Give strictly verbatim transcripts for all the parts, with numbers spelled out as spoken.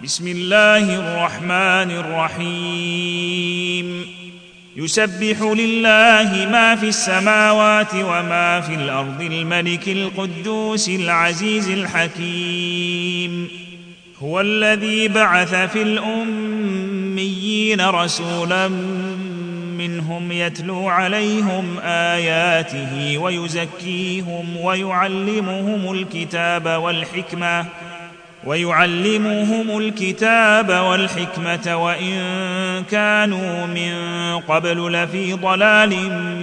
بسم الله الرحمن الرحيم يسبح لله ما في السماوات وما في الأرض الملك القدوس العزيز الحكيم هو الذي بعث في الأميين رسولا منهم يتلو عليهم آياته ويزكيهم ويعلمهم الكتاب والحكمة ويعلمهم الكتاب والحكمة وإن كانوا من قبل لفي ضلال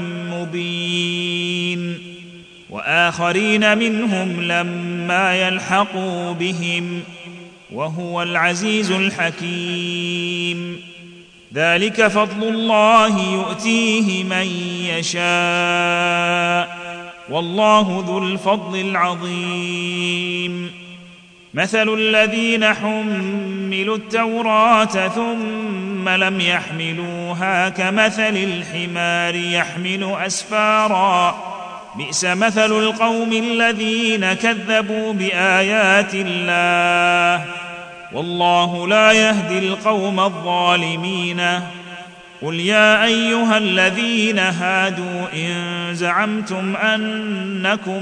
مبين وآخرين منهم لما يلحقوا بهم وهو العزيز الحكيم ذلك فضل الله يؤتيه من يشاء والله ذو الفضل العظيم مثل الذين حملوا التوراة ثم لم يحملوها كمثل الحمار يحمل أسفارا بئس مثل القوم الذين كذبوا بآيات الله والله لا يهدي القوم الظالمين قل يا أيها الذين هادوا إن زعمتم أنكم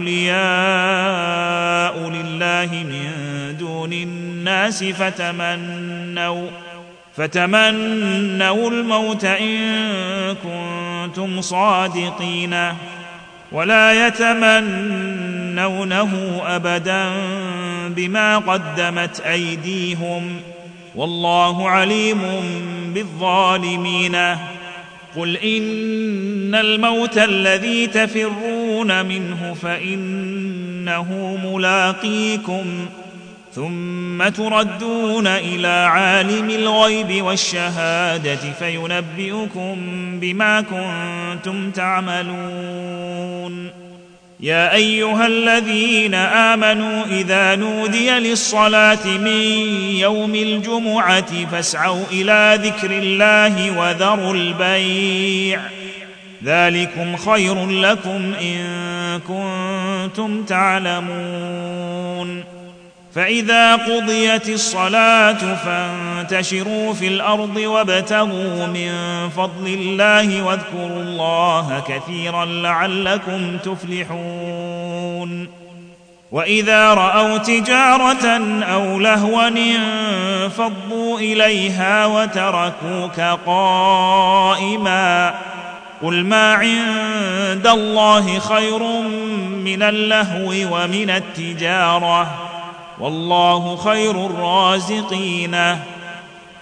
أولياء لله من دون الناس فتمنوا فتمنوا الموت إن كنتم صادقين ولا يتمنونه أبدا بما قدمت أيديهم والله عليم بالظالمين قل إن الموت الذي تفرون منه فإنه ملاقيكم ثم تردون إلى عالم الغيب والشهادة فينبئكم بما كنتم تعملون يا أيها الذين آمنوا إذا نودي للصلاة من يوم الجمعة فاسعوا إلى ذكر الله وذروا البيع ذلكم خير لكم إن كنتم تعلمون فإذا قضيت الصلاة فانتشروا في الأرض وابتغوا من فضل الله واذكروا الله كثيرا لعلكم تفلحون وإذا رأوا تجارة أو لهوا انفضوا إليها وتركوك قائما قل ما عند الله خير من اللهو ومن التجارة والله خير الرازقين